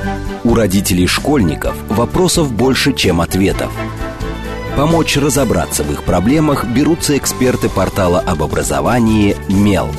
У родителей школьников вопросов больше, чем ответов. Помочь разобраться в их проблемах берутся эксперты портала об образовании «Мел».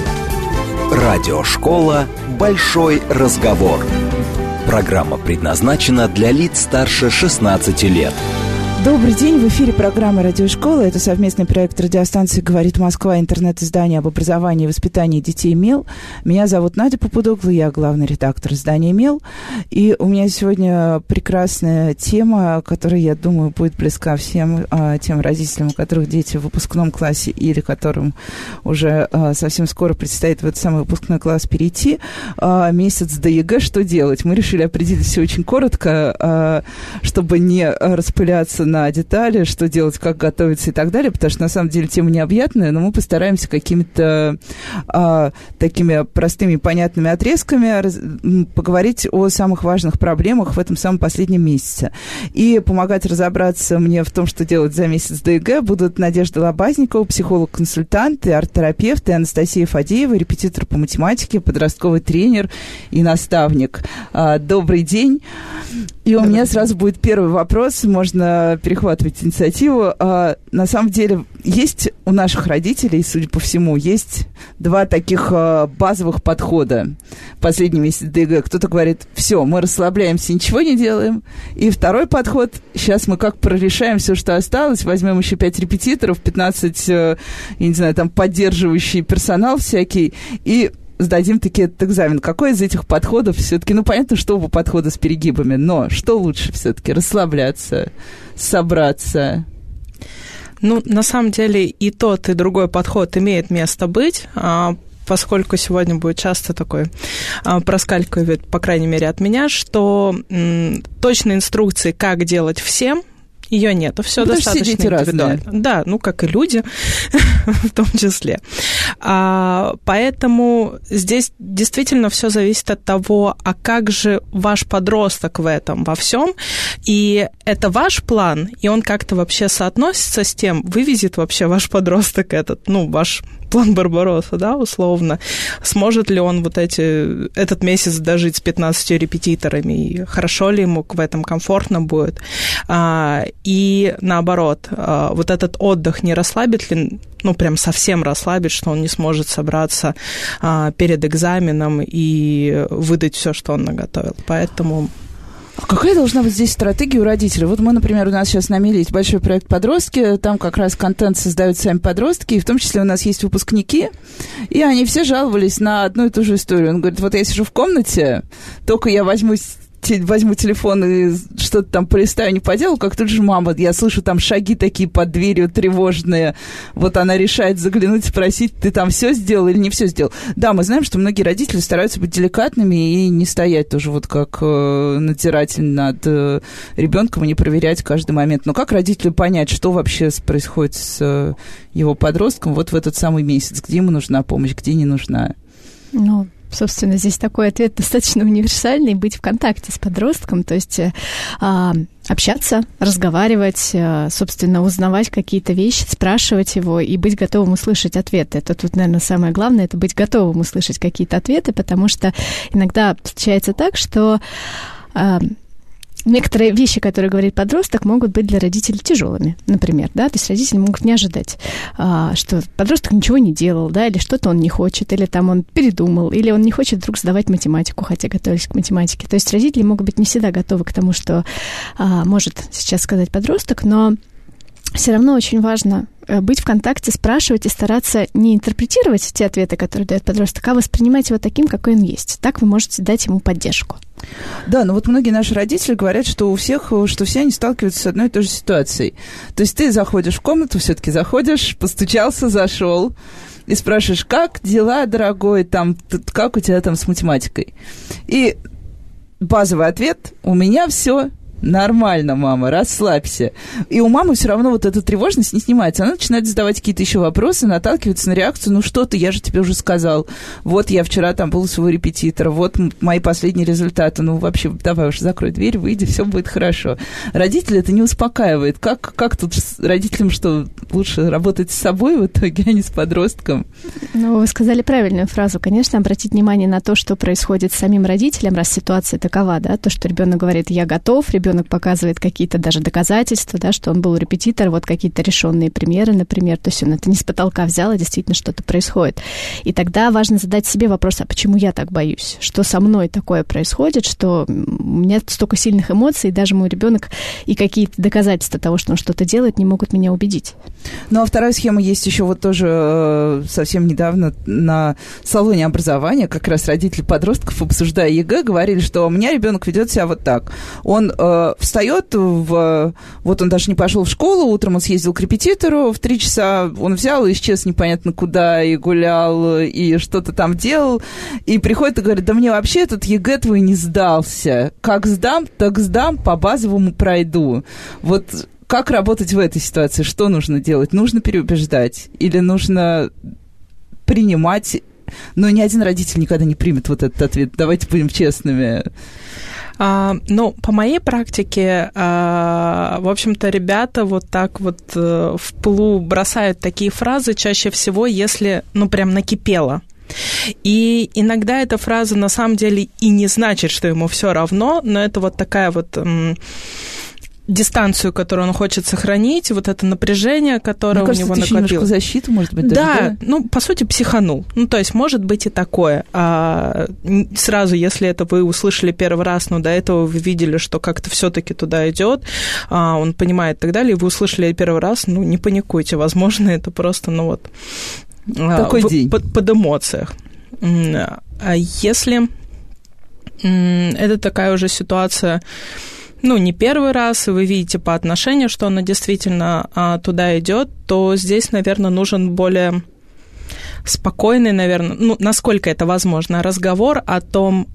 Радиошкола «Большой разговор». Программа предназначена для лиц старше 16 лет. Добрый день, в эфире программа «Радиошкола». Это совместный проект радиостанции «Говорит Москва», интернет-издание об образовании и воспитании детей «Мел». Меня зовут Надя Попудогла, я главный редактор издания «Мел». И у меня сегодня прекрасная тема, которая, я думаю, будет близка всем тем родителям, у которых дети в выпускном классе или которым уже совсем скоро предстоит в этот самый выпускной класс перейти. Месяц до ЕГЭ, что делать? Мы решили определить все очень коротко, чтобы не распыляться на детали, что делать, как готовиться и так далее, потому что, на самом деле, тема необъятная, но мы постараемся какими-то такими простыми, понятными отрезками поговорить о самых важных проблемах в этом самом последнем месяце. И помогать разобраться мне в том, что делать за месяц до ЕГЭ, будут Надежда Лобазникова, психолог-консультант и арт-терапевт, и Анастасия Фадеева, репетитор по математике, подростковый тренер и наставник. Добрый день. И у меня сразу будет первый вопрос, можно перехватывать инициативу. На самом деле, есть у наших родителей, судя по всему, есть два таких базовых подхода. Последний месяц до ЕГЭ. Кто-то говорит, все, мы расслабляемся, ничего не делаем. И второй подход, сейчас мы как прорешаем все, что осталось, возьмем еще 5 репетиторов, 15, я не знаю, там, поддерживающий персонал всякий, и сдадим таки этот экзамен. Какой из этих подходов все-таки, понятно, что оба подхода с перегибами, но что лучше все-таки? Расслабляться, собраться? На самом деле и тот, и другой подход имеет место быть, поскольку сегодня будет часто такой проскальзывает, по крайней мере, от меня, что точной инструкции, как делать всем, ее нету, все достаточно индивидуально. Да, как и люди в том числе. Поэтому здесь действительно все зависит от того, а как же ваш подросток в этом во всем, и это ваш план, и он как-то вообще соотносится с тем, вывезет вообще ваш подросток этот, ваш план Барбаросса, да, условно, сможет ли он этот месяц дожить с 15 репетиторами, и хорошо ли ему в этом комфортно будет, и наоборот, вот этот отдых не расслабит ли, прям совсем расслабит, что он не сможет собраться перед экзаменом и выдать все, что он наготовил, поэтому... А какая должна быть здесь стратегия у родителей? Вот мы, например, у нас сейчас на Меле есть большой проект «Подростки», там как раз контент создают сами подростки, и в том числе у нас есть выпускники, и они все жаловались на одну и ту же историю. Он говорит, я сижу в комнате, только я возьму телефон и что-то там полистаю, не поделаю, как тут же мама, я слышу там шаги такие под дверью тревожные, она решает заглянуть, спросить, ты там все сделал или не все сделал. Да, мы знаем, что многие родители стараются быть деликатными и не стоять тоже как надзиратель над ребенком и не проверять каждый момент. Но как родителю понять, что вообще происходит с его подростком в этот самый месяц, где ему нужна помощь, где не нужна? Собственно, здесь такой ответ достаточно универсальный, быть в контакте с подростком, то есть общаться, разговаривать, собственно, узнавать какие-то вещи, спрашивать его и быть готовым услышать ответы. Это тут, наверное, самое главное, это быть готовым услышать какие-то ответы, потому что иногда случается так, что... Некоторые вещи, которые говорит подросток, могут быть для родителей тяжелыми, например, да, то есть родители могут не ожидать, что подросток ничего не делал, да, или что-то он не хочет, или там он передумал, или он не хочет вдруг сдавать математику, хотя готовились к математике. То есть родители могут быть не всегда готовы к тому, что может сейчас сказать подросток, но все равно очень важно быть в контакте, спрашивать и стараться не интерпретировать те ответы, которые дает подросток, а воспринимать его таким, какой он есть. Так вы можете дать ему поддержку. Да, но многие наши родители говорят, что все они сталкиваются с одной и той же ситуацией. То есть ты заходишь в комнату, все-таки заходишь, постучался, зашел и спрашиваешь, как дела, дорогой, как у тебя там с математикой? И базовый ответ: у меня все Нормально, мама, расслабься. И у мамы все равно вот эта тревожность не снимается. Она начинает задавать какие-то еще вопросы, наталкивается на реакцию. Ну что ты, я же тебе уже сказал. Вот я вчера там был у своего репетитора, вот мои последние результаты. Ну вообще, давай уж закрой дверь, выйди, все будет хорошо. Родители это не успокаивает. Как тут родителям что, лучше работать с собой в итоге, а не с подростком? Ну, вы сказали правильную фразу. Конечно, обратить внимание на то, что происходит с самим родителем, раз ситуация такова, да, то, что ребенок говорит, я готов, ребенок показывает какие-то даже доказательства, да, что он был репетитор, вот какие-то решенные примеры, например, то есть он это не с потолка взял, а действительно что-то происходит. И тогда важно задать себе вопрос, а почему я так боюсь? Что со мной такое происходит, что у меня столько сильных эмоций, и даже мой ребенок и какие-то доказательства того, что он что-то делает, не могут меня убедить. Ну, а вторая схема есть еще вот тоже совсем недавно на салоне образования, как раз родители подростков, обсуждая ЕГЭ, говорили, что у меня ребенок ведет себя вот так. Он встает, вот он даже не пошел в школу, утром он съездил к репетитору, в 3 часа он взял и исчез непонятно куда, и гулял, и что-то там делал, и приходит и говорит, да мне вообще этот ЕГЭ твой не сдался. Как сдам, так сдам, по базовому пройду. Вот как работать в этой ситуации? Что нужно делать? Нужно переубеждать? Или нужно принимать? Но ни один родитель никогда не примет вот этот ответ. Давайте будем честными. Ну, по моей практике, в общем-то, ребята вот так вот в пылу бросают такие фразы чаще всего, если, ну, прям накипело. И иногда эта фраза на самом деле и не значит, что ему все равно, но это вот такая вот дистанцию, которую он хочет сохранить, вот это напряжение, которое у него накопилось. Немножко защиту, может быть, даже, да? Ну, по сути, психанул. Ну, то есть, может быть и такое. Сразу, если это вы услышали первый раз, но до этого вы видели, что как-то все-таки туда идет, он понимает и так далее, и вы услышали первый раз, ну, не паникуйте, возможно, это просто, ну, вот... Такой день. Под эмоциях. А если это такая уже ситуация... Ну, не первый раз, и вы видите по отношению, что она действительно туда идет, то здесь, наверное, нужен более спокойный, наверное, ну, насколько это возможно, разговор о том,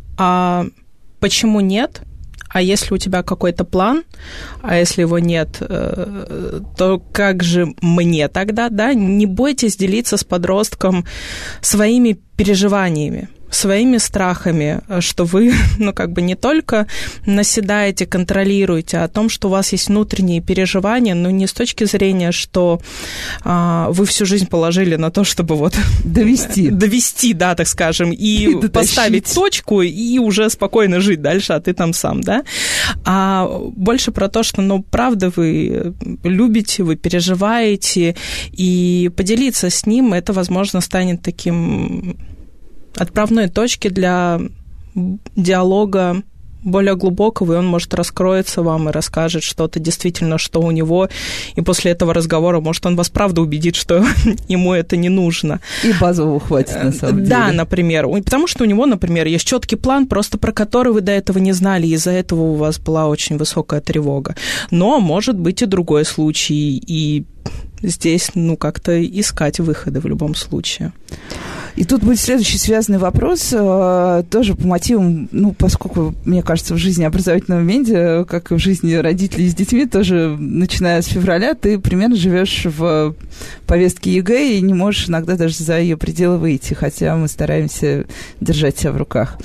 почему нет, а если у тебя какой-то план, а если его нет, то как же мне тогда, да? Не бойтесь делиться с подростком своими переживаниями, своими страхами, что вы, ну, как бы не только наседаете, контролируете, а о том, что у вас есть внутренние переживания, но не с точки зрения, что вы всю жизнь положили на то, чтобы вот... Довести, да, так скажем, и поставить точку, и уже спокойно жить дальше, а ты там сам, да? А больше про то, что, ну, правда, вы любите, вы переживаете, и поделиться с ним, это, возможно, станет таким... отправной точки для диалога более глубокого, и он может раскроется вам и расскажет что-то действительно, что у него, и после этого разговора, может, он вас правда убедит, что ему это не нужно. И базового хватит, на самом деле. Да, например. Потому что у него, например, есть четкий план, просто про который вы до этого не знали, и из-за этого у вас была очень высокая тревога. Но может быть и другой случай, и здесь, ну, как-то искать выходы в любом случае. И тут будет следующий связанный вопрос, тоже по мотивам, ну, поскольку, мне кажется, в жизни образовательного медиа, как и в жизни родителей с детьми, тоже, начиная с февраля, ты примерно живешь в повестке ЕГЭ и не можешь иногда даже за ее пределы выйти, хотя мы стараемся держать себя в руках.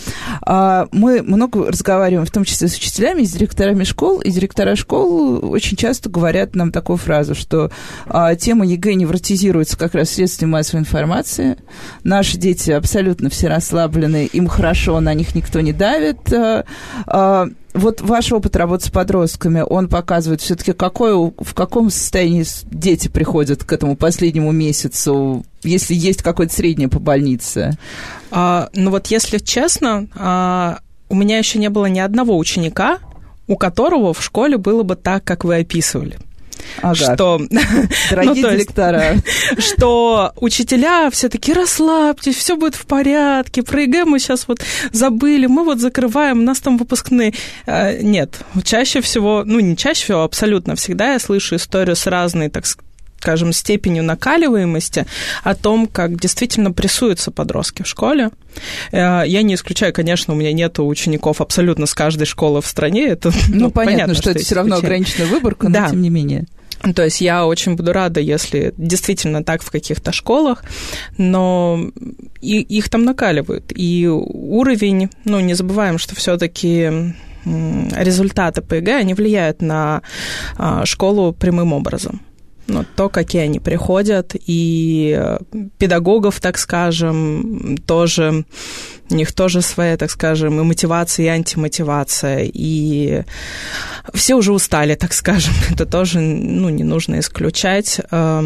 Мы много разговариваем, в том числе с учителями, с директорами школ, и директора школ очень часто говорят нам такую фразу, что тема ЕГЭ невротизируется как раз в средстве массовой информации. Наши дети абсолютно все расслаблены, им хорошо, на них никто не давит. Вот ваш опыт работы с подростками, он показывает все-таки, в каком состоянии дети приходят к этому последнему месяцу, если есть какое-то среднее по больнице? Ну вот если честно, у меня еще не было ни одного ученика, у которого в школе было бы так, как вы описывали. Ага. Что, дорогие директора, что учителя все таки расслабьтесь, все будет в порядке, про ЕГЭ мы сейчас вот забыли, мы вот закрываем, у нас там выпускные. Нет, чаще всего, ну не чаще всего, абсолютно всегда я слышу историю с разной, так скажем, степенью накаливаемости о том, как действительно прессуются подростки в школе. Я не исключаю, конечно, у меня нет учеников абсолютно с каждой школы в стране. Это, понятно, что это все равно ограниченная выборка, но тем не менее. То есть я очень буду рада, если действительно так в каких-то школах, но их там накаливают. И уровень, не забываем, что все-таки результаты по ЕГЭ, они влияют на школу прямым образом. То, какие они приходят, и педагогов, так скажем, тоже, у них тоже своя, так скажем, и мотивация, и антимотивация, и все уже устали, так скажем, это тоже, не нужно исключать,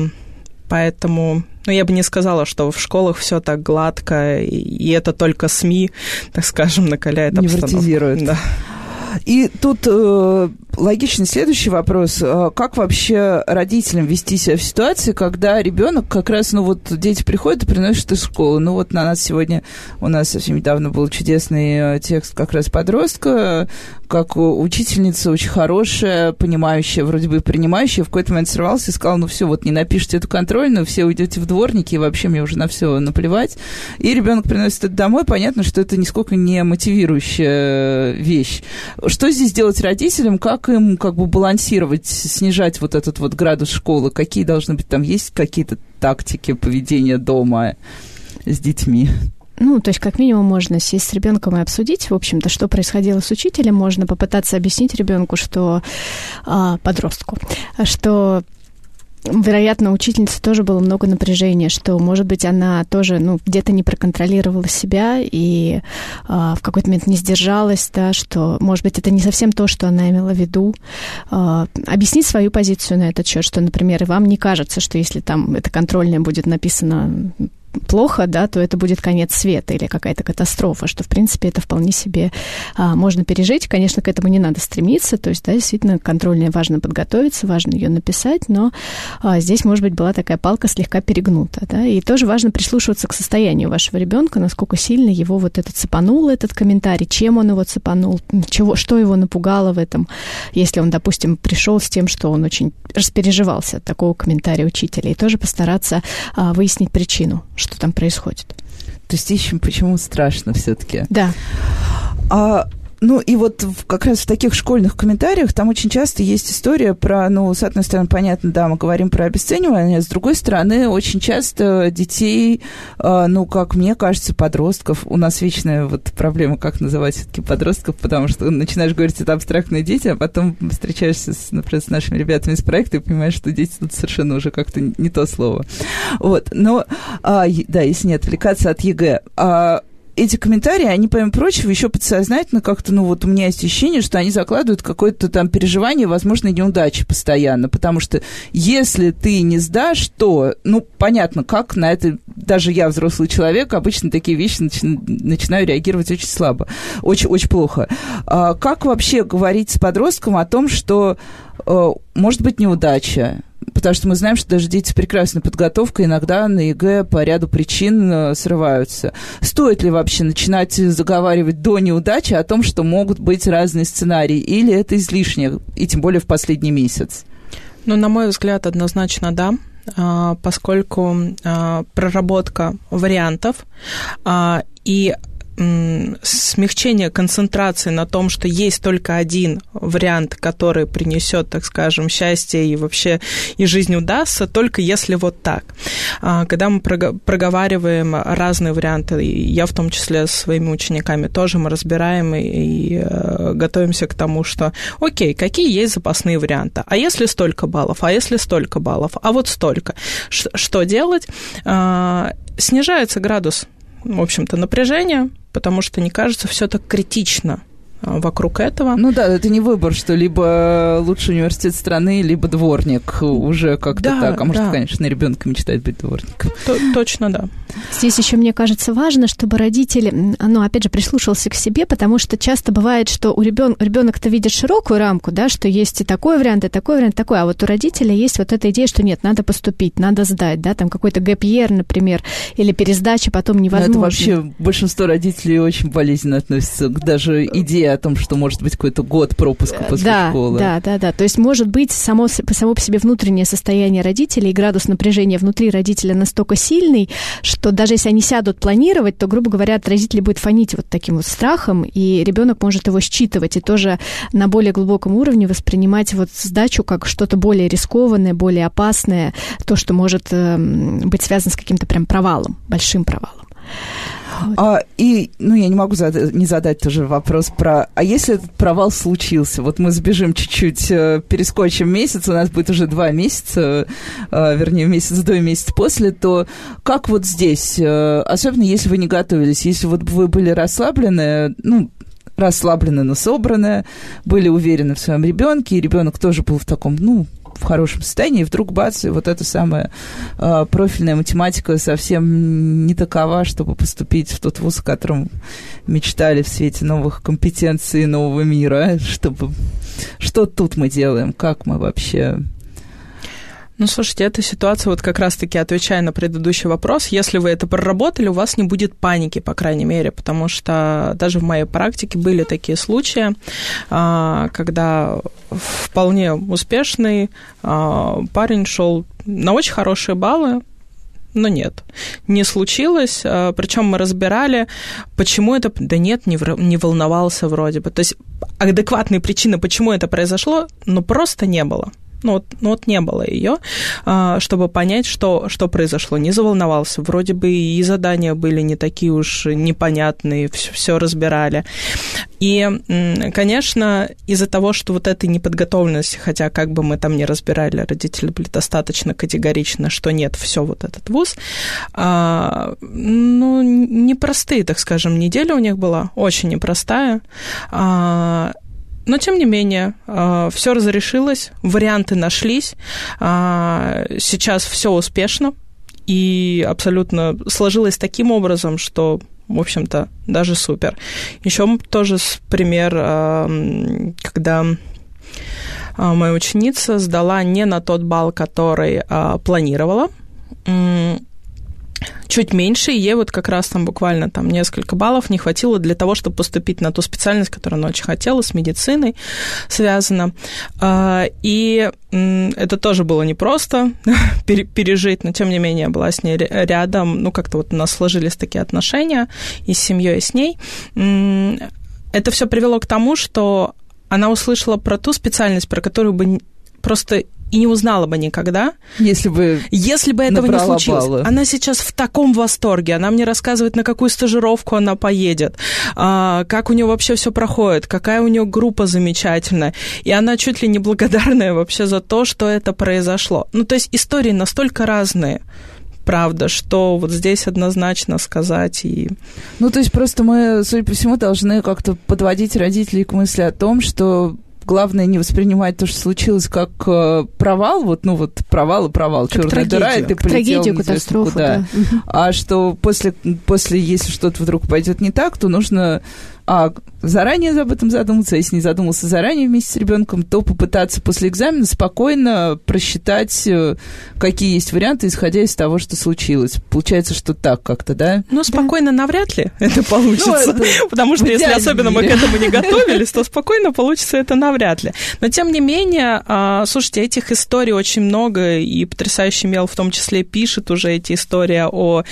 поэтому... я бы не сказала, что в школах все так гладко, и это только СМИ, так скажем, накаляет обстановку. Невротизирует. Да. И тут логичный следующий вопрос. Как вообще родителям вести себя в ситуации, когда ребенок как раз, дети приходят и приносят из школы. На нас сегодня, у нас совсем недавно был чудесный текст как раз подростка, как учительница очень хорошая, понимающая, вроде бы принимающая, в какой-то момент сорвался и сказал, все, не напишите эту контрольную, все уйдете в дворники, и вообще мне уже на все наплевать. И ребенок приносит это домой, понятно, что это нисколько не мотивирующая вещь. Что здесь делать родителям, как им балансировать, снижать этот градус школы, какие должны быть, там есть какие-то тактики поведения дома с детьми? То есть, как минимум, можно сесть с ребенком и обсудить, в общем-то, что происходило с учителем, можно попытаться объяснить ребенку, подростку, что... Вероятно, у учительницы тоже было много напряжения, что, может быть, она тоже, где-то не проконтролировала себя и в какой-то момент не сдержалась, да, что, может быть, это не совсем то, что она имела в виду. Объяснить свою позицию на этот счет, что, например, и вам не кажется, что если там это контрольное будет написано плохо, да, то это будет конец света или какая-то катастрофа, что, в принципе, это вполне себе можно пережить. Конечно, к этому не надо стремиться, то есть, да, действительно, контрольная важно подготовиться, важно ее написать, но здесь, может быть, была такая палка слегка перегнута, да, и тоже важно прислушиваться к состоянию вашего ребенка, насколько сильно его цепанул этот комментарий, чем он его цепанул, что его напугало в этом, если он, допустим, пришел с тем, что он очень распереживался от такого комментария учителя, и тоже постараться выяснить причину, что там происходит. То есть ищем, почему страшно все-таки. Да. И как раз в таких школьных комментариях там очень часто есть история про, с одной стороны, понятно, да, мы говорим про обесценивание, а с другой стороны, очень часто детей, как мне кажется, подростков, у нас вечная проблема, как называть все-таки подростков, потому что начинаешь говорить, это абстрактные дети, а потом встречаешься, например, с нашими ребятами из проекта и понимаешь, что дети тут совершенно уже как-то не то слово. Но, да, если не отвлекаться от ЕГЭ, эти комментарии, они, помимо прочего, еще подсознательно как-то, у меня есть ощущение, что они закладывают какое-то там переживание возможной неудачи постоянно, потому что если ты не сдашь, то, понятно, как на это, даже я, взрослый человек, обычно такие вещи начинаю реагировать очень слабо, очень плохо. Как вообще говорить с подростком о том, что может быть неудача? Потому что мы знаем, что даже дети с прекрасной подготовкой иногда на ЕГЭ по ряду причин срываются. Стоит ли вообще начинать заговаривать до неудачи о том, что могут быть разные сценарии, или это излишне, и тем более в последний месяц? На мой взгляд, однозначно да, поскольку проработка вариантов и смягчение концентрации на том, что есть только один вариант, который принесет, так скажем, счастье и вообще и жизнь удастся, только если так. Когда мы проговариваем разные варианты, я в том числе с своими учениками тоже мы разбираем и готовимся к тому, что окей, какие есть запасные варианты, а если столько баллов, а если столько баллов, а столько. Что делать? Снижается градус, в общем-то, напряжения, потому что не кажется все так критично вокруг этого. Это не выбор, что либо лучший университет страны, либо дворник уже как-то так. А может, конечно, ребенок мечтает быть дворником. Точно, да. Здесь еще, мне кажется, важно, чтобы родители, опять же, прислушался к себе, потому что часто бывает, что ребенок-то видит широкую рамку, да, что есть и такой вариант, и такой вариант, такой, а у родителя есть эта идея, что нет, надо поступить, надо сдать, да, там какой-то гэп-йер, например, или пересдача потом невозможно. Это вообще большинство родителей очень болезненно относятся к даже идее о том, что может быть какой-то год пропуска после школы. Да. То есть может быть само по себе внутреннее состояние родителей и градус напряжения внутри родителя настолько сильный, что даже если они сядут планировать, то, грубо говоря, от родителей будет фонить вот таким вот страхом, и ребенок может его считывать и тоже на более глубоком уровне воспринимать вот сдачу как что-то более рискованное, более опасное, то, что может быть связано с каким-то прям провалом, большим провалом. Вот. Я не могу не задать тоже вопрос про... А если этот провал случился? Вот мы сбежим чуть-чуть, перескочим месяц, у нас будет уже 2 месяца, вернее, месяц до и месяц после, то как вот здесь, особенно если вы не готовились, если вот вы были расслаблены, но собранные, были уверены в своем ребенке, и ребенок тоже был в таком, в хорошем состоянии, и вдруг бац, и вот эта самая профильная математика совсем не такова, чтобы поступить в тот вуз, о котором мечтали в свете новых компетенций нового мира. Что тут мы делаем? Как мы вообще... Слушайте, эта ситуация, вот как раз-таки отвечая на предыдущий вопрос, если вы это проработали, у вас не будет паники, по крайней мере, потому что даже в моей практике были такие случаи, когда вполне успешный парень шел на очень хорошие баллы, но нет, не случилось, причем мы разбирали, почему это... Да нет, не волновался вроде бы. То есть адекватной причины, почему это произошло, просто не было. Не было ее, чтобы понять, что произошло. Не заволновался. Вроде бы и задания были не такие уж непонятные, все разбирали. И, конечно, из-за того, что вот этой неподготовленности, хотя как бы мы там ни разбирали, родители были достаточно категоричны, что нет, все вот этот вуз, непростые, так скажем, неделя у них была, очень непростая. Но, тем не менее, все разрешилось, варианты нашлись, сейчас все успешно, и абсолютно сложилось таким образом, что, в общем-то, даже супер. Еще тоже пример, когда моя ученица сдала не на тот балл, который планировала, чуть меньше, и ей вот как раз там буквально несколько баллов не хватило для того, чтобы поступить на ту специальность, которую она очень хотела, с медициной связана. И это тоже было непросто пережить, но тем не менее была с ней рядом, как-то вот у нас сложились такие отношения и с семьей, и с ней. Это все привело к тому, что она услышала про ту специальность, про которую бы просто и не узнала бы никогда, если бы этого не случилось. Баллы. Она сейчас в таком восторге. Она мне рассказывает, на какую стажировку она поедет, как у нее вообще все проходит, какая у нее группа замечательная. И она чуть ли не благодарная вообще за то, что это произошло. То есть истории настолько разные. Правда, что вот здесь однозначно сказать и... то есть просто мы, судя по всему, должны как-то подводить родителей к мысли о том, что главное не воспринимать то, что случилось, как провал, провал, черная дыра, и ты полетел неизвестно куда. Да. А что после, если что-то вдруг пойдет не так, то нужно заранее об этом задуматься, если не задумался заранее вместе с ребенком, то попытаться после экзамена спокойно просчитать, какие есть варианты, исходя из того, что случилось. Получается, что так как-то, да? Спокойно навряд ли это получится, потому что если особенно мы к этому не готовились, то спокойно получится это навряд ли. Но, тем не менее, слушайте, этих историй очень много, и «Потрясающий мел» в том числе пишет уже эти истории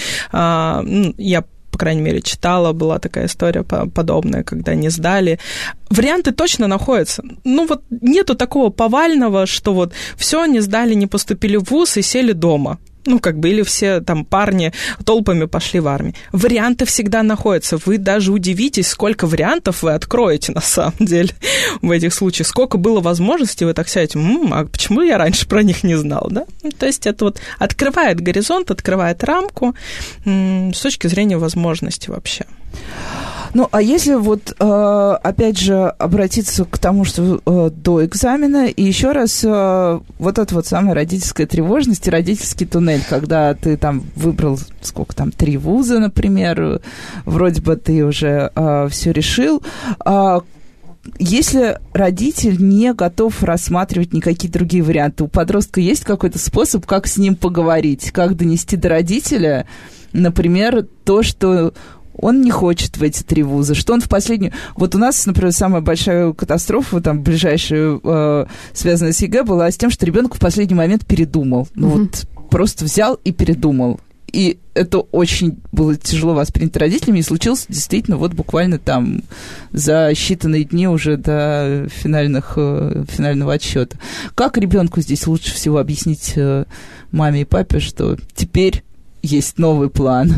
я по крайней мере, читала, была такая история подобная, когда не сдали. Варианты точно находятся. Нету такого повального, что все, не сдали, не поступили в вуз и сели дома. Или все парни толпами пошли в армию. Варианты всегда находятся. Вы даже удивитесь, сколько вариантов вы откроете на самом деле в этих случаях. Сколько было возможностей, вы так сядете, а почему я раньше про них не знал, да? То есть это открывает горизонт, открывает рамку с точки зрения возможностей вообще. А если опять же, обратиться к тому, что до экзамена, и еще раз эта самая родительская тревожность и родительский туннель, когда ты выбрал, 3 вуза, например, вроде бы ты уже все решил, если родитель не готов рассматривать никакие другие варианты, у подростка есть какой-то способ, как с ним поговорить, как донести до родителя, например, то, что он не хочет в эти 3 вуза, что он в последнюю... Вот у нас, например, самая большая катастрофа, там, ближайшая, связанная с ЕГЭ, была с тем, что ребенок в последний момент передумал. Вот просто взял и передумал. И это очень было тяжело воспринято родителями, и случилось действительно вот буквально там за считанные дни уже до финального отсчета. Как ребенку здесь лучше всего объяснить маме и папе, что теперь есть новый план?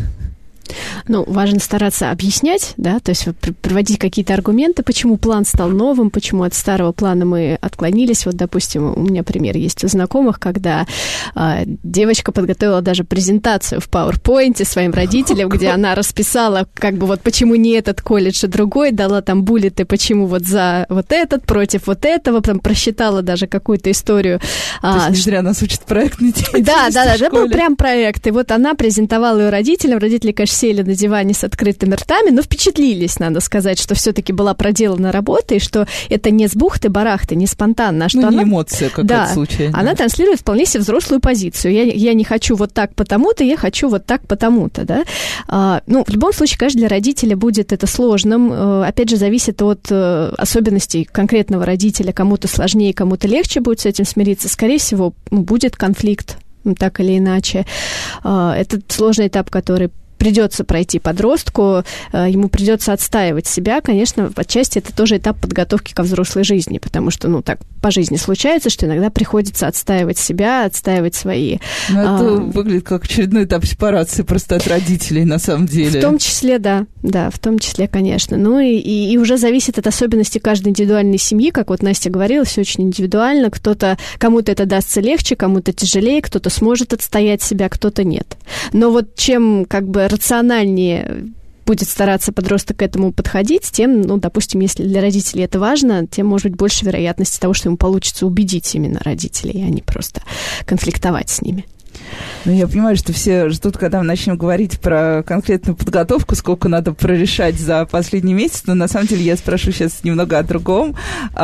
Ну, важно стараться объяснять, да, то есть приводить какие-то аргументы, почему план стал новым, почему от старого плана мы отклонились. Вот, допустим, у меня пример есть у знакомых, когда девочка подготовила даже презентацию в PowerPoint своим родителям, где она расписала, как бы вот почему не этот колледж, а другой, дала там буллеты, почему вот за вот этот, против вот этого, там просчитала даже какую-то историю. То есть не зря нас учат проектной деятельности. Да, это был прям проект. И вот она презентовала ее родителям. Родители, конечно, сели на диване с открытыми ртами, но впечатлились, надо сказать, что все-таки была проделана работа, и что это не с бухты-барахты, не спонтанно, а что не эмоция какая-то случайная. Она транслирует вполне себе взрослую позицию. Я не хочу вот так потому-то, я хочу вот так потому-то, да. В любом случае, конечно, для родителя будет это сложным. Опять же, зависит от особенностей конкретного родителя. Кому-то сложнее, кому-то легче будет с этим смириться. Скорее всего, будет конфликт, так или иначе. Это сложный этап, который придется пройти подростку, ему придется отстаивать себя. Конечно, отчасти это тоже этап подготовки ко взрослой жизни, потому что, так по жизни случается, что иногда приходится отстаивать себя, отстаивать свои... Это выглядит как очередной этап сепарации просто от родителей, на самом деле. В том числе, да, в том числе, конечно. И уже зависит от особенностей каждой индивидуальной семьи, как вот Настя говорила, все очень индивидуально. Кому-то это дастся легче, кому-то тяжелее, кто-то сможет отстоять себя, кто-то нет. Но вот чем рациональнее будет стараться подросток к этому подходить, тем, допустим, если для родителей это важно, тем может быть больше вероятности того, что ему получится убедить именно родителей, а не просто конфликтовать с ними. Я понимаю, что все ждут, когда мы начнем говорить про конкретную подготовку, сколько надо прорешать за последний месяц, но на самом деле я спрошу сейчас немного о другом.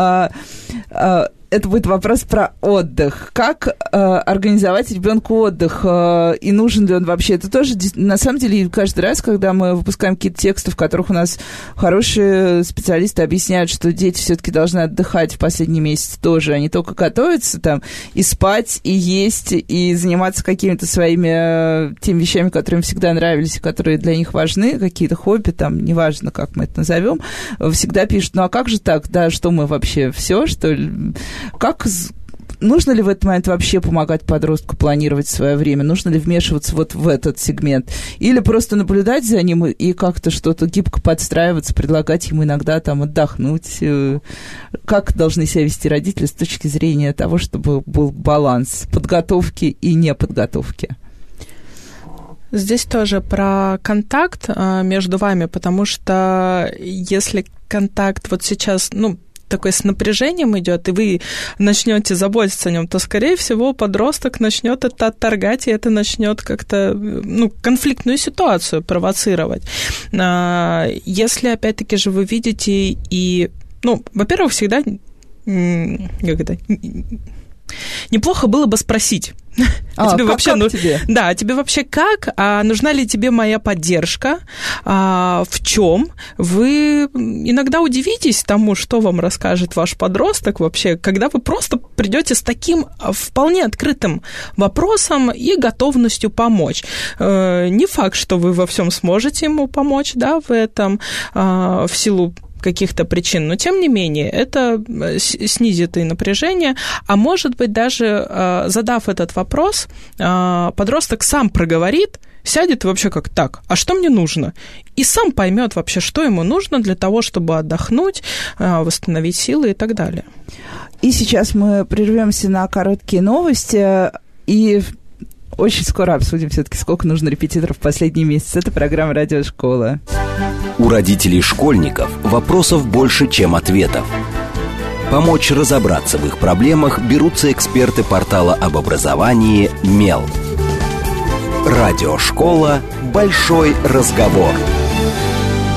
Это будет вопрос про отдых. Как организовать ребенку отдых? И нужен ли он вообще? Это тоже, на самом деле, каждый раз, когда мы выпускаем какие-то тексты, в которых у нас хорошие специалисты объясняют, что дети все-таки должны отдыхать в последний месяц тоже, а не только готовиться там, и спать, и есть, и заниматься какими-то своими теми вещами, которые им всегда нравились, и которые для них важны, какие-то хобби, там, неважно, как мы это назовем, всегда пишут, а как же так, да, что мы вообще, все, что ли? Нужно ли в этот момент вообще помогать подростку планировать свое время? Нужно ли вмешиваться вот в этот сегмент? Или просто наблюдать за ним и как-то что-то гибко подстраиваться, предлагать ему иногда там отдохнуть? Как должны себя вести родители с точки зрения того, чтобы был баланс подготовки и неподготовки? Здесь тоже про контакт между вами, потому что если контакт вот сейчас, такой с напряжением идет, и вы начнете заботиться о нем, то, скорее всего, подросток начнет это отторгать, и это начнет как-то, конфликтную ситуацию провоцировать. Если, опять-таки же, вы видите и, во-первых, всегда, неплохо было бы спросить. Тебе вообще, тебе? Да, тебе вообще как? Нужна ли тебе моя поддержка? В чем? Вы иногда удивитесь тому, что вам расскажет ваш подросток вообще, когда вы просто придете с таким вполне открытым вопросом и готовностью помочь. Не факт, что вы во всем сможете ему помочь, да, в этом, в силу каких-то причин, но тем не менее это снизит и напряжение, а может быть даже задав этот вопрос, подросток сам проговорит, сядет вообще как так, а что мне нужно? И сам поймет вообще, что ему нужно для того, чтобы отдохнуть, восстановить силы и так далее. И сейчас мы прервемся на короткие новости и очень скоро обсудим все-таки, сколько нужно репетиторов в последний месяц. Это программа «Радиошкола». У родителей школьников вопросов больше, чем ответов. Помочь разобраться в их проблемах берутся эксперты портала об образовании «Мел». Радиошкола «Большой разговор».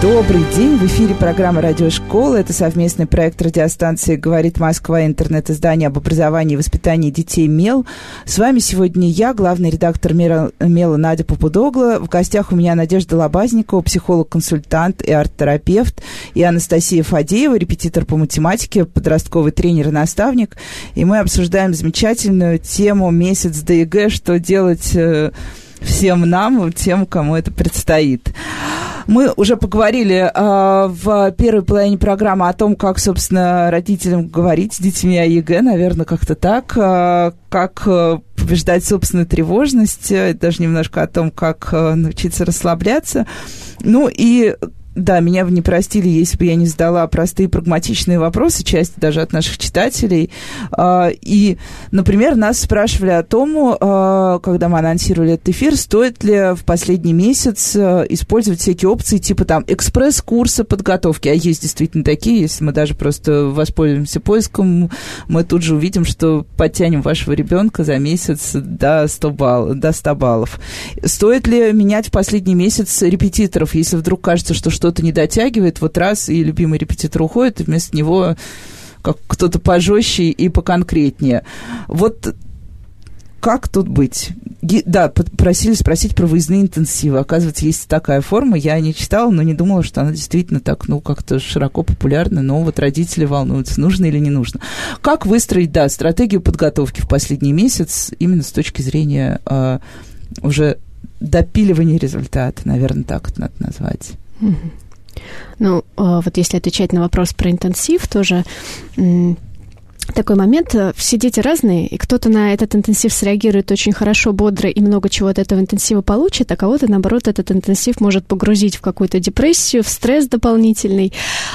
Добрый день. В эфире программа «Радиошкола». Это совместный проект радиостанции «Говорит Москва» и интернет-издание об образовании и воспитании детей «Мел». С вами сегодня я, главный редактор «Мела» Надя Попудогла. В гостях у меня Надежда Лобазникова, психолог-консультант и арт-терапевт, и Анастасия Фадеева, репетитор по математике, подростковый тренер и наставник. И мы обсуждаем замечательную тему «Месяц до ЕГЭ. Что делать всем нам, тем, кому это предстоит». Мы уже поговорили в первой половине программы о том, как, собственно, родителям говорить с детьми о ЕГЭ, наверное, как-то так, как побеждать собственную тревожность, даже немножко о том, как научиться расслабляться. Ну и... Да, меня бы не простили, если бы я не задала простые прагматичные вопросы, часть даже от наших читателей. И, например, нас спрашивали о том, когда мы анонсировали этот эфир, стоит ли в последний месяц использовать всякие опции типа там экспресс-курса подготовки. А есть действительно такие, если мы даже просто воспользуемся поиском, мы тут же увидим, что подтянем вашего ребенка за месяц до 100 баллов. Стоит ли менять в последний месяц репетиторов, если вдруг кажется, что что-то не дотягивает, вот раз, и любимый репетитор уходит, и вместо него как кто-то пожестче и поконкретнее. Вот как тут быть? Да, просили спросить про выездные интенсивы. Оказывается, есть такая форма. Я не читала, но не думала, что она действительно так, как-то широко популярна. Но вот родители волнуются, нужно или не нужно. Как выстроить, стратегию подготовки в последний месяц именно с точки зрения уже допиливания результата, наверное, так это надо назвать. Ну, вот если отвечать на вопрос про интенсив, тоже такой момент. Все дети разные, и кто-то на этот интенсив среагирует очень хорошо, бодро и много чего от этого интенсива получит, а кого-то, наоборот, этот интенсив может погрузить в какую-то депрессию, в стресс дополнительный,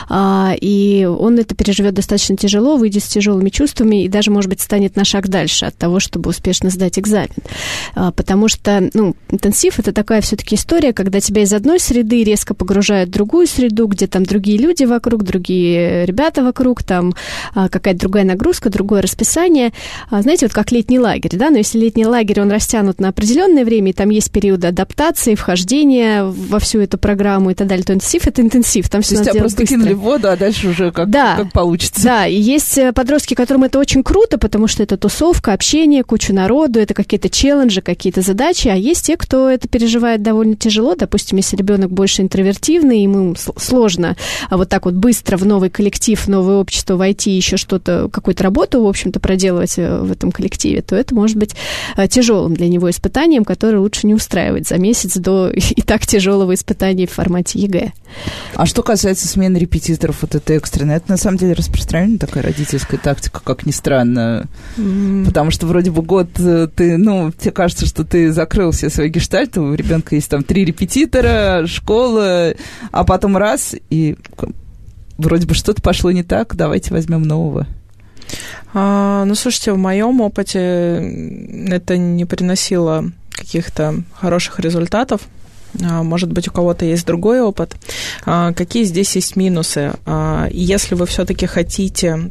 и он это переживет достаточно тяжело, выйдет с тяжелыми чувствами и даже, может быть, станет на шаг дальше от того, чтобы успешно сдать экзамен. Потому что, интенсив — это такая все-таки история, когда тебя из одной среды резко погружают в другую среду, где там другие люди вокруг, другие ребята вокруг, там какая-то другая нагрузка, другое расписание. Знаете, вот как летний лагерь, да, но если летний лагерь, он растянут на определенное время, и там есть периоды адаптации, вхождения во всю эту программу и так далее, то интенсив — это интенсив, там все надо делать быстро. То есть тебя просто кинули в воду, а дальше уже как получится. Да, и есть подростки, которым это очень круто, потому что это тусовка, общение, куча народу, это какие-то челленджи, какие-то задачи, а есть те, кто это переживает довольно тяжело, допустим, если ребенок больше интровертивный, ему сложно вот так вот быстро в новый коллектив, в новое общество войти, еще что-то, какую-то работу, в общем-то, проделывать в этом коллективе, то это может быть тяжелым для него испытанием, которое лучше не устраивать за месяц до и так тяжелого испытания в формате ЕГЭ. А что касается смены репетиторов, вот это экстренное, это на самом деле распространенная такая родительская тактика, как ни странно, потому что вроде бы год ты, тебе кажется, что ты закрыл все свои гештальты, у ребенка есть там 3 репетитора, школа, а потом раз, и вроде бы что-то пошло не так, давайте возьмем нового. Слушайте, в моем опыте это не приносило каких-то хороших результатов. Может быть, у кого-то есть другой опыт. Какие здесь есть минусы? Если вы все-таки хотите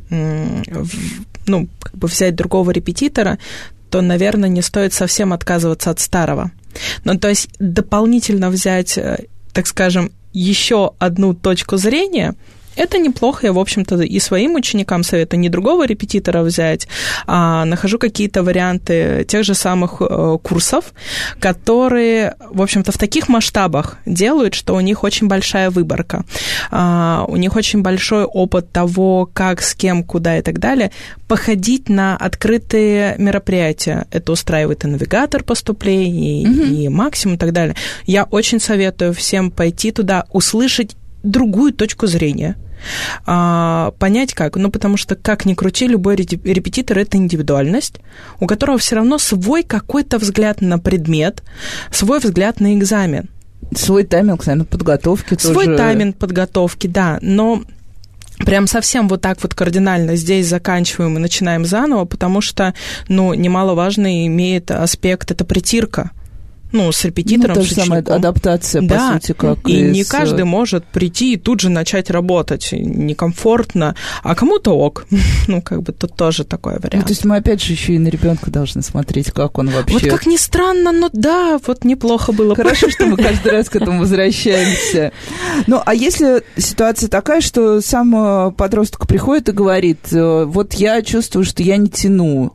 взять другого репетитора, то, наверное, не стоит совсем отказываться от старого. То есть дополнительно взять, так скажем, еще одну точку зрения — это неплохо. Я, в общем-то, и своим ученикам советую не другого репетитора взять, а нахожу какие-то варианты тех же самых курсов, которые, в общем-то, в таких масштабах делают, что у них очень большая выборка. У них очень большой опыт того, как, с кем, куда и так далее. Походить на открытые мероприятия. Это устраивает и навигатор поступлений, и максимум и так далее. Я очень советую всем пойти туда, услышать другую точку зрения. Понять как? Потому что, как ни крути, любой репетитор — это индивидуальность, у которого все равно свой какой-то взгляд на предмет, свой взгляд на экзамен. Свой тайминг, наверное, подготовки тоже. Свой тайминг подготовки, да, но прям совсем вот так вот кардинально здесь заканчиваем и начинаем заново, потому что, немаловажный имеет аспект — это притирка. с репетитором. Та же самая адаптация, да, по сути, как и не каждый может прийти и тут же начать работать некомфортно, а кому-то ок. Тут тоже такой вариант. То есть мы опять же еще и на ребенка должны смотреть, как он вообще... Вот как ни странно, но да, вот неплохо было. Хорошо, что мы каждый раз к этому возвращаемся. А если ситуация такая, что сам подросток приходит и говорит, вот я чувствую, что я не тяну,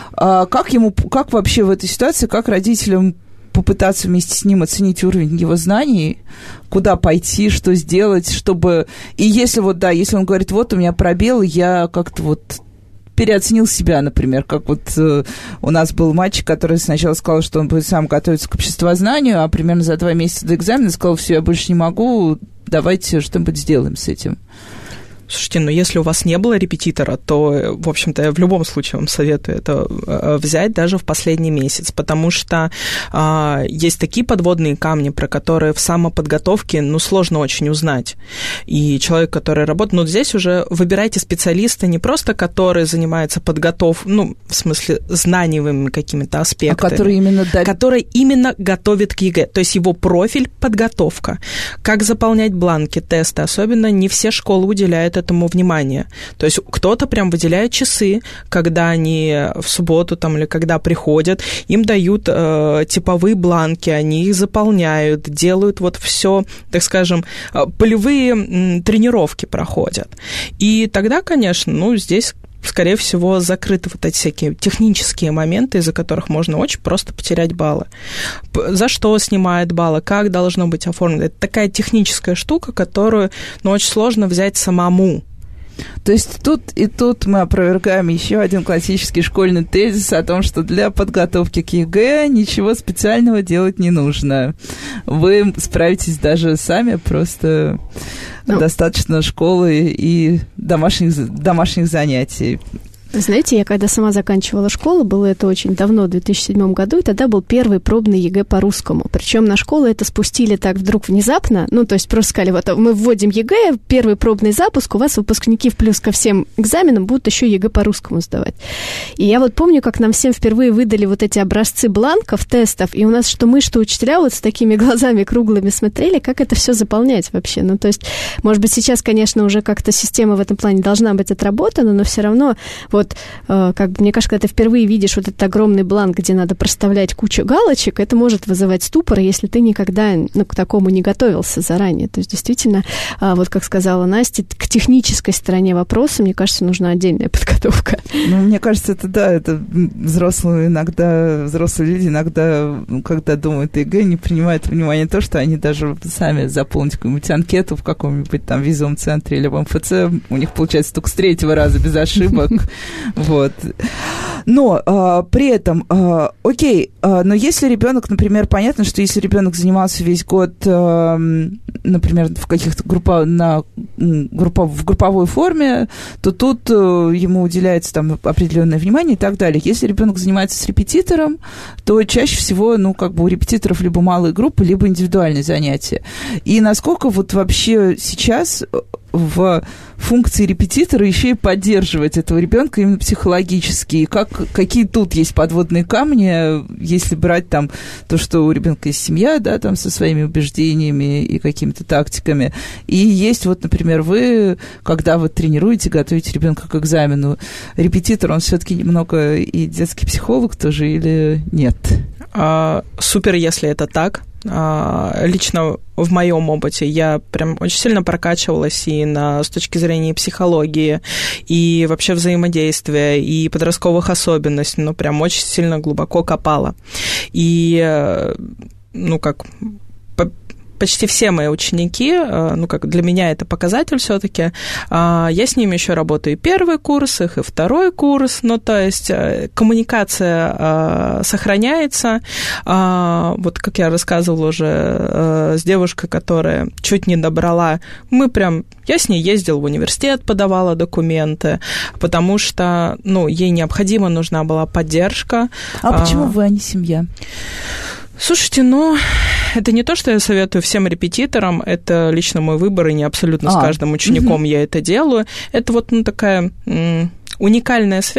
как вообще в этой ситуации, как родителям попытаться вместе с ним оценить уровень его знаний, куда пойти, что сделать, чтобы... И если если он говорит, вот у меня пробел, я как-то переоценил себя, например, как у нас был мальчик, который сначала сказал, что он будет сам готовиться к обществознанию, а примерно за 2 месяца до экзамена сказал, все, я больше не могу, давайте что-нибудь сделаем с этим. Слушайте, если у вас не было репетитора, то, в общем-то, я в любом случае вам советую это взять даже в последний месяц, потому что есть такие подводные камни, про которые в самоподготовке, сложно очень узнать. И человек, который работает, здесь уже выбирайте специалиста не просто, который занимается подготовкой, в смысле, знаниевыми какими-то аспектами, который именно готовит к ЕГЭ, то есть его профиль – подготовка. Как заполнять бланки, тесты, особенно не все школы уделяют этому внимание. То есть кто-то прям выделяет часы, когда они в субботу или когда приходят, им дают типовые бланки, они их заполняют, делают все, так скажем, полевые тренировки проходят. И тогда, конечно, здесь скорее всего, закрыты эти всякие технические моменты, из-за которых можно очень просто потерять баллы. За что снимают баллы, как должно быть оформлено. Это такая техническая штука, которую, очень сложно взять самому. То есть тут мы опровергаем еще один классический школьный тезис о том, что для подготовки к ЕГЭ ничего специального делать не нужно. Вы справитесь даже сами, просто достаточно школы и домашних занятий. Знаете, я когда сама заканчивала школу, было это очень давно, в 2007 году, и тогда был первый пробный ЕГЭ по русскому. Причем на школу это спустили так вдруг внезапно, то есть просто сказали, мы вводим ЕГЭ, первый пробный запуск, у вас выпускники в плюс ко всем экзаменам будут еще ЕГЭ по русскому сдавать. И я помню, как нам всем впервые выдали эти образцы бланков, тестов, и у нас что учителя с такими глазами круглыми смотрели, как это все заполнять вообще. То есть, может быть, сейчас, конечно, уже как-то система в этом плане должна быть отработана, но все равно мне кажется, когда ты впервые видишь этот огромный бланк, где надо проставлять кучу галочек, это может вызывать ступор, если ты никогда к такому не готовился заранее. То есть, действительно, как сказала Настя, к технической стороне вопроса, мне кажется, нужна отдельная подготовка. Мне кажется, это взрослые люди иногда, когда думают о ЕГЭ, не принимают во внимание то, что они даже сами заполнить какую-нибудь анкету в каком-нибудь визовом центре или в МФЦ, у них получается только с 3-го раза без ошибок. Но при этом, но если ребенок, например, понятно, что если ребенок занимался весь год, например, в каких-то в групповой форме, то тут ему уделяется определенное внимание и так далее. Если ребенок занимается с репетитором, то чаще всего, у репетиторов либо малые группы, либо индивидуальные занятия. И насколько вообще сейчас в функции репетитора еще и поддерживать этого ребенка именно психологически. И какие тут есть подводные камни, если брать то, что у ребенка есть семья, со своими убеждениями и какими-то тактиками. И есть например, вы, когда вы тренируете, готовите ребенка к экзамену, репетитор, он все-таки немного и детский психолог тоже или нет? Супер, если это так. Лично в моем опыте я прям очень сильно прокачивалась и с точки зрения психологии, и вообще взаимодействия, и подростковых особенностей, прям очень сильно глубоко копала. И, почти все мои ученики, для меня это показатель все-таки, я с ними еще работаю и первый курс, их и второй курс, то есть коммуникация сохраняется. Как я рассказывала уже с девушкой, которая чуть не добрала, я с ней ездила в университет, подавала документы, потому что, ей необходимо нужна была поддержка. А почему вы, а не семья? Слушайте, это не то, что я советую всем репетиторам, это лично мой выбор, и не абсолютно с каждым учеником я это делаю. Это такая уникальная связь,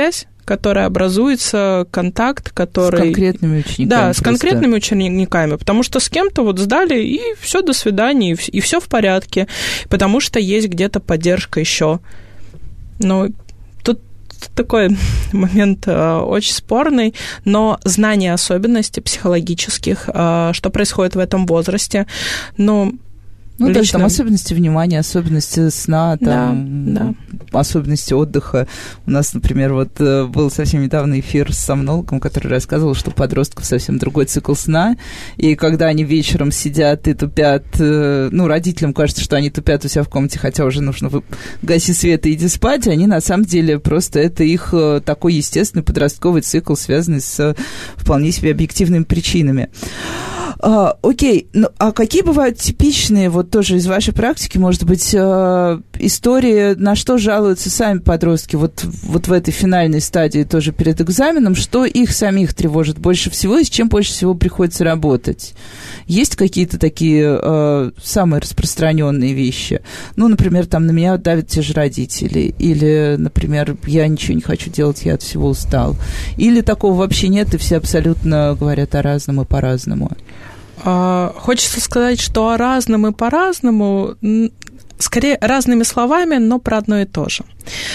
которая образуется, контакт, который... С конкретными учениками. Да, с конкретными учениками, потому что с кем-то вот сдали, и все, до свидания, и все в порядке, потому что есть где-то поддержка еще. Но тут такой момент очень спорный, но знание особенностей психологических, что происходит в этом возрасте, то есть там особенности внимания, особенности сна, там, особенности отдыха. У нас, например, вот был совсем недавно эфир с сомнологом, который рассказывал, что у подростков совсем другой цикл сна, и когда они вечером сидят и тупят, родителям кажется, что они тупят у себя в комнате, хотя уже нужно гаси свет и иди спать, они на самом деле просто это их такой естественный подростковый цикл, связанный с вполне себе объективными причинами. Окей, а какие бывают типичные, вот тоже из вашей практики, может быть, истории, на что жалуются сами подростки вот в этой финальной стадии тоже перед экзаменом, что их самих тревожит больше всего и с чем больше всего приходится работать? Есть какие-то такие самые распространенные вещи? Например, там на меня давят те же родители, или, например, я ничего не хочу делать, я от всего устал. Или такого вообще нет, и все абсолютно говорят о разном и по-разному. Хочется сказать, что о разном и по-разному, скорее разными словами, но про одно и то же.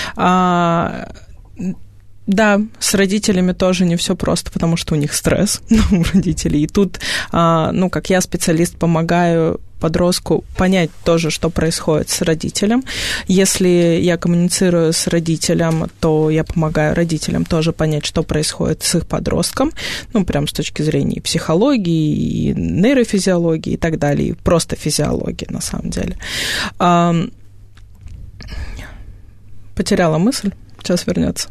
Да, с родителями тоже не все просто, потому что у них стресс у родителей. И тут, как я специалист, помогаю подростку понять тоже, что происходит с родителем. Если я коммуницирую с родителем, то я помогаю родителям тоже понять, что происходит с их подростком, прям с точки зрения психологии, и нейрофизиологии и так далее, и просто физиологии, на самом деле. Потеряла мысль. Сейчас вернется.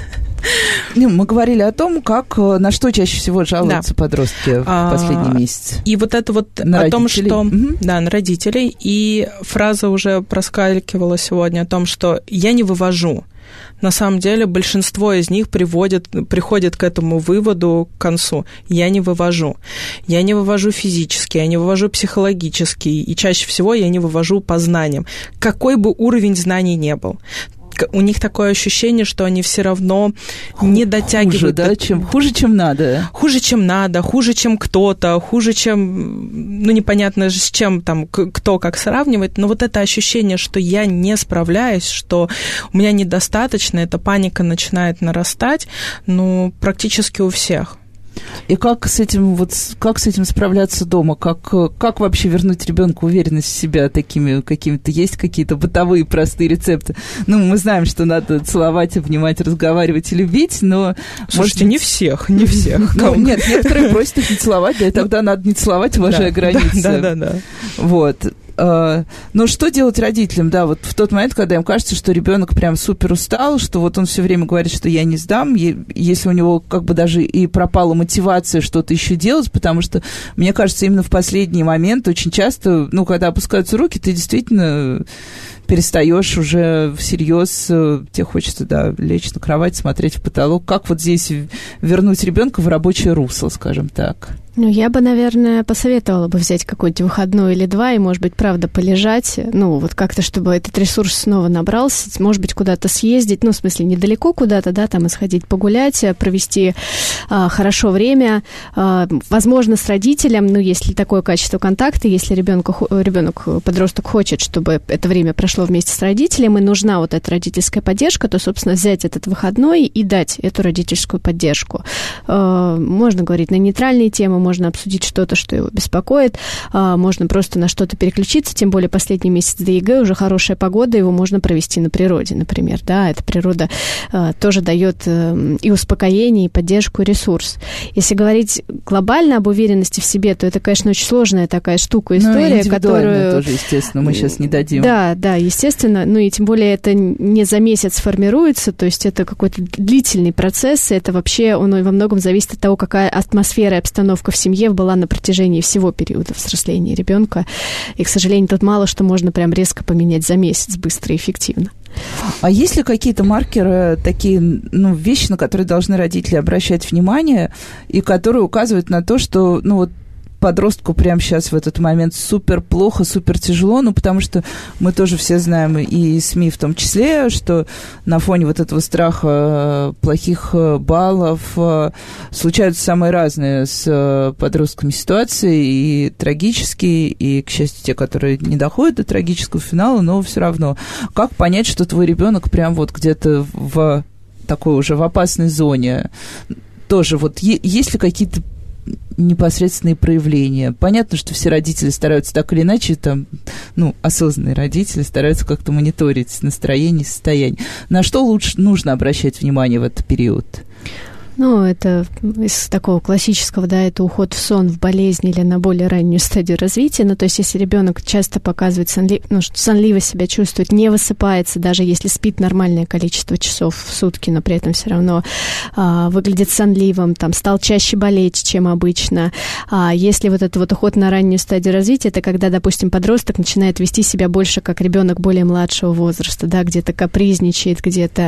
Мы говорили о том, на что чаще всего жалуются подростки в последние месяцы. И вот это вот о том, что... на родителей. И фраза уже проскакивала сегодня о том, что я не вывожу. На самом деле большинство из них приходит к этому выводу к концу. Я не вывожу. Я не вывожу физически, я не вывожу психологически, и чаще всего я не вывожу по знаниям. Какой бы уровень знаний ни был. У них такое ощущение, что они все равно не дотягивают. Хуже, чем надо. Хуже, чем надо, хуже, чем кто-то, хуже, чем... непонятно с чем там, кто как сравнивает, но вот это ощущение, что я не справляюсь, что у меня недостаточно, эта паника начинает нарастать, практически у всех. И как с этим справляться дома? Как вообще вернуть ребенку уверенность в себя такими какими-то? Есть какие-то бытовые простые рецепты? Мы знаем, что надо целовать, обнимать, разговаривать и любить, но... Слушайте, не всех. Нет, некоторые просят их не целовать, да и тогда надо не целовать, уважая границы. Да. Вот. Но что делать родителям, вот в тот момент, когда им кажется, что ребенок прям супер устал, что вот он все время говорит, что я не сдам, если у него даже и пропала мотивация что-то еще делать, потому что, мне кажется, именно в последний момент очень часто, когда опускаются руки, ты действительно перестаешь уже всерьез, тебе хочется, лечь на кровать, смотреть в потолок. Как вот здесь вернуть ребенка в рабочее русло, скажем так? Я бы, наверное, посоветовала бы взять какой-нибудь выходной или два и, может быть, правда, полежать, как-то, чтобы этот ресурс снова набрался, может быть, куда-то съездить, в смысле, недалеко куда-то, там и сходить погулять, провести хорошо время, возможно, с родителем, если такое качество контакта, если подросток хочет, чтобы это время прошло вместе с родителем, и нужна вот эта родительская поддержка, то, собственно, взять этот выходной и дать эту родительскую поддержку. Можно говорить на нейтральные темы, можно обсудить что-то, что его беспокоит, можно просто на что-то переключиться, тем более последний месяц до ЕГЭ, уже хорошая погода, его можно провести на природе, например, эта природа тоже дает и успокоение, и поддержку, и ресурс. Если говорить глобально об уверенности в себе, то это, конечно, очень сложная такая штука, история, которую... тоже, естественно, мы сейчас не дадим. Да, естественно, и тем более это не за месяц формируется, то есть это какой-то длительный процесс, и это вообще, он во многом зависит от того, какая атмосфера и обстановка в семье была на протяжении всего периода взросления ребенка. И, к сожалению, тут мало что можно прям резко поменять за месяц быстро и эффективно. А есть ли какие-то маркеры, такие вещи, на которые должны родители обращать внимание, и которые указывают на то, что подростку прямо сейчас в этот момент супер плохо, супер тяжело, ну, потому что мы тоже все знаем, и СМИ в том числе, что на фоне вот этого страха плохих баллов случаются самые разные с подростками ситуации, и трагические, и, к счастью, те, которые не доходят до трагического финала, но все равно. Как понять, что твой ребенок прям вот где-то в такой уже в опасной зоне? Тоже вот есть ли какие-то непосредственные проявления? Понятно, что все родители стараются так или иначе, там, ну, осознанные родители стараются как-то мониторить настроение, состояние. На что лучше нужно обращать внимание в этот период? Ну, это из такого классического, да, это уход в сон, в болезнь или на более раннюю стадию развития. Ну, то есть, если ребенок часто показывает сонливо себя чувствует, не высыпается, даже если спит нормальное количество часов в сутки, но при этом все равно выглядит сонливым, там, стал чаще болеть, чем обычно. Если вот этот вот уход на раннюю стадию развития, это когда, допустим, подросток начинает вести себя больше как ребенок более младшего возраста, да, где-то капризничает, где-то,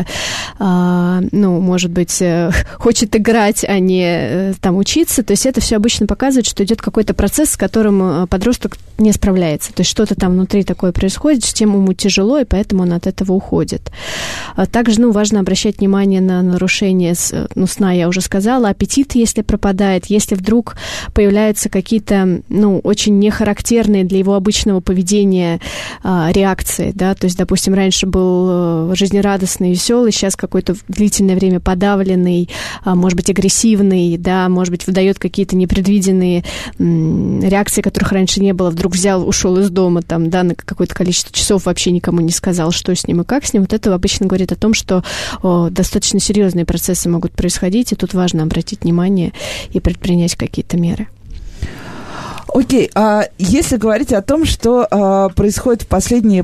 ну, может быть, хочет играть, а не там учиться. То есть это все обычно показывает, что идет какой-то процесс, с которым подросток не справляется. То есть что-то там внутри такое происходит, с тем ему тяжело, и поэтому он от этого уходит. Также, ну, важно обращать внимание на нарушение сна, я уже сказала, аппетит, если пропадает, если вдруг появляются какие-то, ну, очень нехарактерные для его обычного поведения реакции, да, то есть, допустим, раньше был жизнерадостный, веселый, сейчас какое-то длительное время подавленный, может быть, агрессивный, да, может быть, выдает какие-то непредвиденные реакции, которых раньше не было, вдруг взял, ушел из дома, там, да, на какое-то количество часов вообще никому не сказал, что с ним и как с ним. Вот это обычно говорит о том, что достаточно серьезные процессы могут происходить, и тут важно обратить внимание и предпринять какие-то меры. Окей, а если говорить о том, что происходит в последние,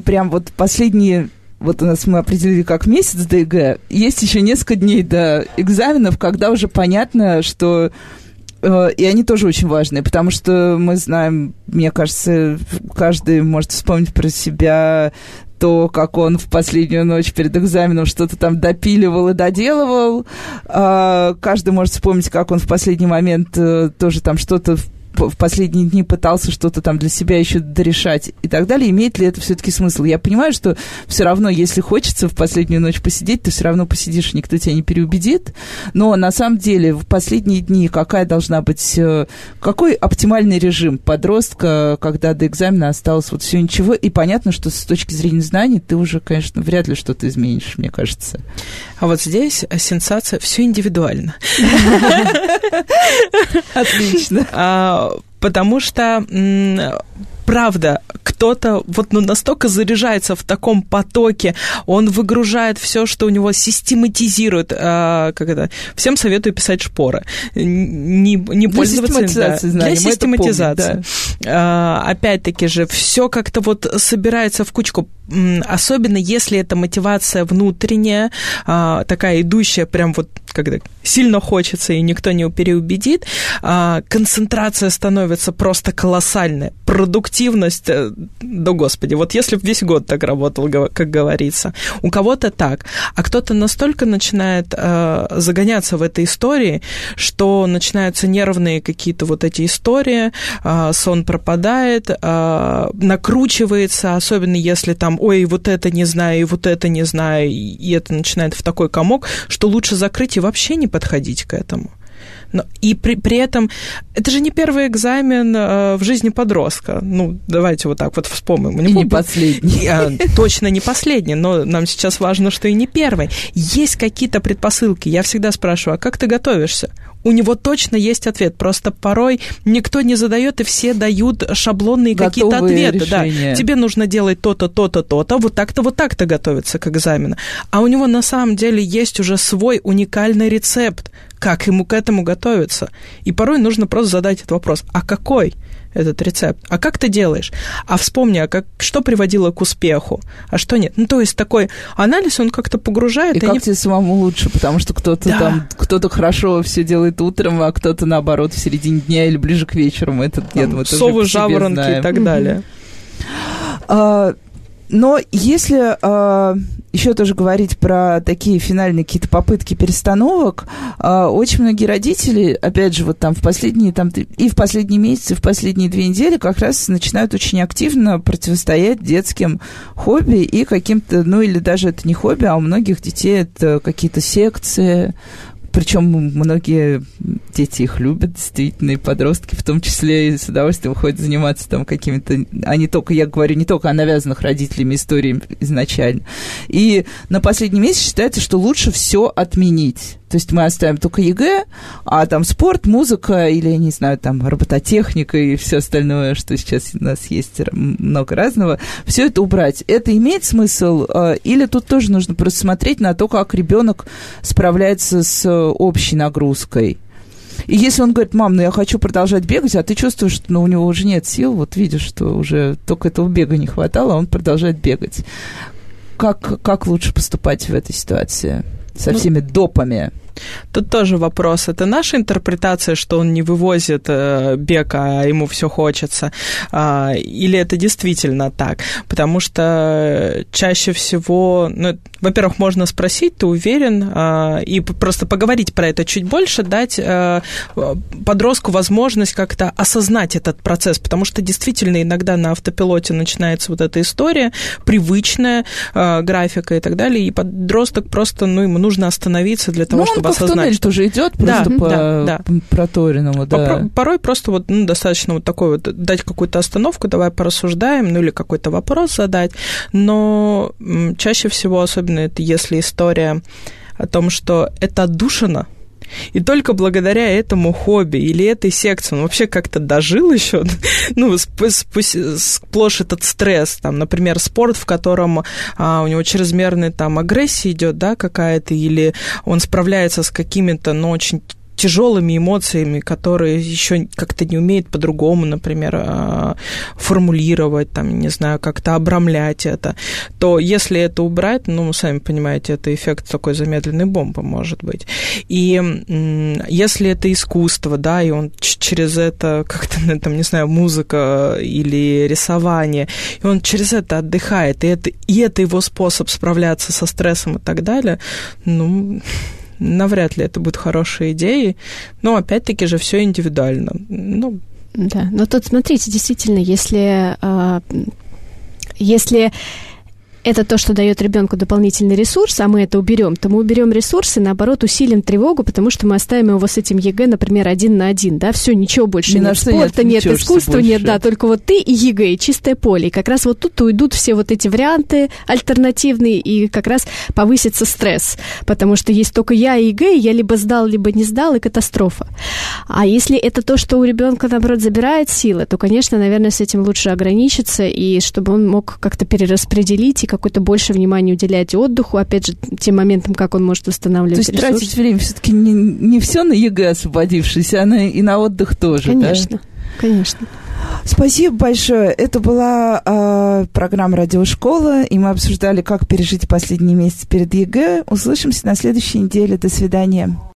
вот у нас мы определили как месяц до ЕГЭ, есть еще несколько дней до экзаменов, когда уже понятно, что... И они тоже очень важные, потому что мы знаем, мне кажется, каждый может вспомнить про себя то, как он в последнюю ночь перед экзаменом что-то там допиливал и доделывал. Каждый может вспомнить, как он в последний момент тоже там что-то в последние дни пытался что-то там для себя еще дорешать и так далее. Имеет ли это все-таки смысл? Я понимаю, что все равно, если хочется в последнюю ночь посидеть, ты все равно посидишь, никто тебя не переубедит. Но на самом деле в последние дни какой оптимальный режим подростка, когда до экзамена осталось вот все ничего, и понятно, что с точки зрения знаний ты уже, конечно, вряд ли что-то изменишь, мне кажется. А вот здесь сенсация, все индивидуально. Отлично. Потому что, правда, кто-то вот настолько заряжается в таком потоке, он выгружает все, что у него систематизирует. Всем советую писать шпоры. Не пользоваться для систематизации. Да. Опять-таки же, все как-то вот собирается в кучку. Особенно если это мотивация внутренняя, такая идущая прям вот, когда сильно хочется и никто не переубедит, концентрация становится просто колоссальная, продуктивность, да господи, вот если бы весь год так работал, как говорится. У кого-то так, а кто-то настолько начинает загоняться в этой истории, что начинаются нервные какие-то вот эти истории, сон пропадает, накручивается, особенно если там ой, вот это не знаю, и вот это не знаю, и это начинает в такой комок, что лучше закрыть и вообще не подходить к этому. Но, и при этом, это же не первый экзамен в жизни подростка. Ну, давайте вот так вот вспомним. И не последний. Точно не последний, но нам сейчас важно, что и не первый. Есть какие-то предпосылки. Я всегда спрашиваю, а как ты готовишься? У него точно есть ответ, просто порой никто не задает, и все дают шаблонные какие-то ответы. Да. Тебе нужно делать то-то, то-то, то-то, вот так-то готовиться к экзамену. А у него на самом деле есть уже свой уникальный рецепт, как ему к этому готовиться. И порой нужно просто задать этот вопрос, а какой этот рецепт? А как ты делаешь? А вспомни, что приводило к успеху, а что нет? Ну, то есть такой анализ, он как-то погружает. И как тебе самому лучше, потому что кто-то хорошо все делает утром, а кто-то, наоборот, в середине дня или ближе к вечеру. Это, я думаю, совы, жаворонки и так далее. Но если еще тоже говорить про такие финальные какие-то попытки перестановок, очень многие родители, опять же, вот там в последние месяцы, в последние 2 недели как раз начинают очень активно противостоять детским хобби и каким-то, ну или даже это не хобби, а у многих детей это какие-то секции. Причем многие дети их любят, действительно, и подростки в том числе, и с удовольствием ходят заниматься там какими-то, я говорю не только о навязанных родителями историями изначально. И на последний месяц считается, что лучше все отменить. То есть мы оставим только ЕГЭ, а там спорт, музыка или, я не знаю, там робототехника и все остальное, что сейчас у нас есть много разного, все это убрать. Это имеет смысл? Или тут тоже нужно просто смотреть на то, как ребенок справляется с общей нагрузкой? И если он говорит: мам, я хочу продолжать бегать, а ты чувствуешь, что у него уже нет сил, вот видишь, что уже только этого бега не хватало, а он продолжает бегать. Как лучше поступать в этой ситуации со всеми допами? Тут тоже вопрос. Это наша интерпретация, что он не вывозит бег, а ему все хочется? Или это действительно так? Потому что чаще всего... во-первых, можно спросить, ты уверен? И просто поговорить про это чуть больше, дать подростку возможность как-то осознать этот процесс. Потому что действительно иногда на автопилоте начинается вот эта история, привычная графика и так далее, и подросток просто, ему нужно остановиться для того, чтобы осознать. В туннель тоже идет, просто по проторенному, да. Порой просто достаточно такой дать какую-то остановку, давай порассуждаем, или какой-то вопрос задать, но чаще всего, особенно это если история о том, что это отдушина, и только благодаря этому хобби или этой секции он вообще как-то дожил еще, сплошь этот стресс, там, например, спорт, в котором у него чрезмерная там агрессия идет, да, какая-то, или он справляется с какими-то, очень тяжелыми эмоциями, которые еще как-то не умеет по-другому, например, формулировать, там, не знаю, как-то обрамлять это, то если это убрать, сами понимаете, это эффект такой замедленной бомбы может быть. И если это искусство, да, и он через это как-то, там, не знаю, музыка или рисование, и он через это отдыхает, и это его способ справляться со стрессом и так далее, навряд ли это будет хорошей идеей, но опять-таки же все индивидуально. Да, но тут смотрите, действительно, если это то, что дает ребенку дополнительный ресурс, а мы это уберем, то мы уберем ресурсы, наоборот, усилим тревогу, потому что мы оставим его с этим ЕГЭ, например, 1 на 1, да, все, ничего больше нет, спорта нет, искусства нет, да, только вот ты и ЕГЭ, и чистое поле. И как раз вот тут уйдут все вот эти варианты альтернативные, и как раз повысится стресс, потому что есть только я и ЕГЭ, я либо сдал, либо не сдал, и катастрофа. А если это то, что у ребенка, наоборот, забирает силы, то, конечно, наверное, с этим лучше ограничиться, и чтобы он мог как-то перераспределить и какое-то больше внимания уделять отдыху, опять же, тем моментам, как он может восстанавливать ресурсы. То есть тратить время все-таки не все на ЕГЭ освободившись, а и на отдых тоже, конечно, да? Конечно. Спасибо большое. Это была программа «Радиошкола», и мы обсуждали, как пережить последние месяцы перед ЕГЭ. Услышимся на следующей неделе. До свидания.